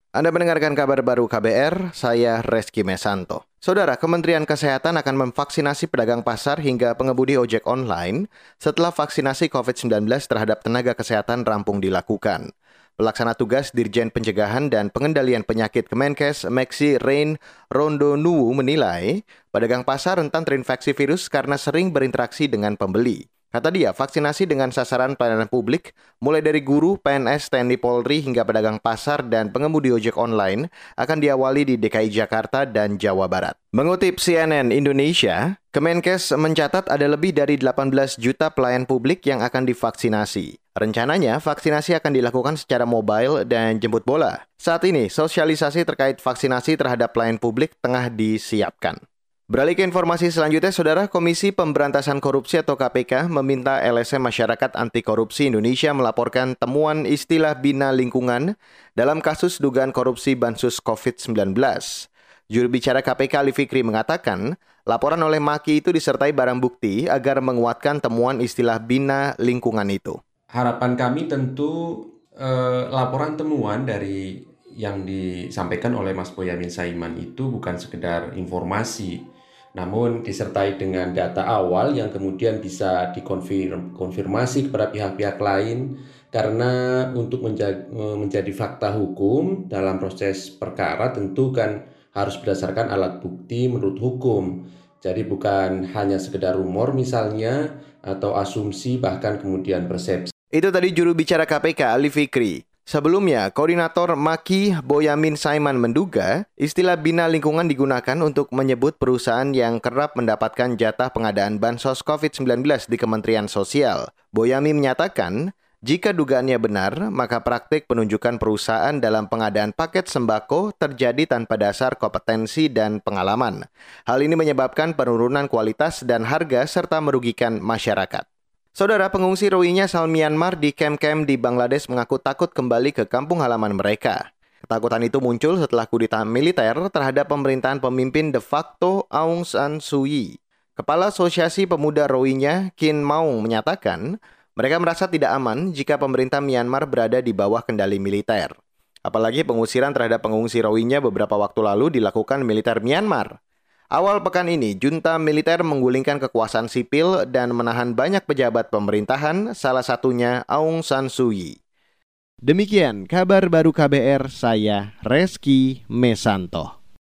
Anda mendengarkan kabar baru KBR, saya Reski Mesanto. Saudara, Kementerian Kesehatan akan memvaksinasi pedagang pasar hingga pengemudi ojek online setelah vaksinasi COVID-19 terhadap tenaga kesehatan rampung dilakukan. Pelaksana tugas Dirjen Pencegahan dan Pengendalian Penyakit Kemenkes, Meksi Rain Rondonuwu menilai, pedagang pasar rentan terinfeksi virus karena sering berinteraksi dengan pembeli. Kata dia, vaksinasi dengan sasaran pelayanan publik, mulai dari guru, PNS, TNI Polri, hingga pedagang pasar dan pengemudi ojek online, akan diawali di DKI Jakarta dan Jawa Barat. Mengutip CNN Indonesia, Kemenkes mencatat ada lebih dari 18 juta pelayan publik yang akan divaksinasi. Rencananya, vaksinasi akan dilakukan secara mobile dan jemput bola. Saat ini, sosialisasi terkait vaksinasi terhadap pelayan publik tengah disiapkan. Beralih ke informasi selanjutnya, Saudara, Komisi Pemberantasan Korupsi atau KPK meminta LSM Masyarakat Anti Korupsi Indonesia melaporkan temuan istilah bina lingkungan dalam kasus dugaan korupsi Bansus COVID-19. Juru bicara KPK Ali Fikri mengatakan, laporan oleh Maki itu disertai barang bukti agar menguatkan temuan istilah bina lingkungan itu. Harapan kami tentu laporan temuan dari yang disampaikan oleh Mas Boyamin Saiman itu bukan sekedar informasi, namun disertai dengan data awal yang kemudian bisa dikonfirmasi kepada pihak-pihak lain, karena untuk menjadi fakta hukum dalam proses perkara tentu kan harus berdasarkan alat bukti menurut hukum. Jadi bukan hanya sekedar rumor misalnya, atau asumsi bahkan kemudian persepsi. Itu tadi juru bicara KPK Ali Fikri. Sebelumnya, Koordinator Maki Boyamin Saiman menduga istilah bina lingkungan digunakan untuk menyebut perusahaan yang kerap mendapatkan jatah pengadaan bansos COVID-19 di Kementerian Sosial. Boyamin menyatakan, jika dugaannya benar, maka praktik penunjukan perusahaan dalam pengadaan paket sembako terjadi tanpa dasar kompetensi dan pengalaman. Hal ini menyebabkan penurunan kualitas dan harga serta merugikan masyarakat. Saudara, pengungsi Rohingya asal Myanmar di kamp-kamp di Bangladesh mengaku takut kembali ke kampung halaman mereka. Ketakutan itu muncul setelah kudeta militer terhadap pemerintahan pemimpin de facto Aung San Suu Kyi. Kepala Asosiasi Pemuda Rohingya, Khin Maung, menyatakan mereka merasa tidak aman jika pemerintah Myanmar berada di bawah kendali militer. Apalagi pengusiran terhadap pengungsi Rohingya beberapa waktu lalu dilakukan militer Myanmar. Awal pekan ini, junta militer menggulingkan kekuasaan sipil dan menahan banyak pejabat pemerintahan, salah satunya Aung San Suu Kyi. Demikian kabar baru KBR, saya Reski Mesanto.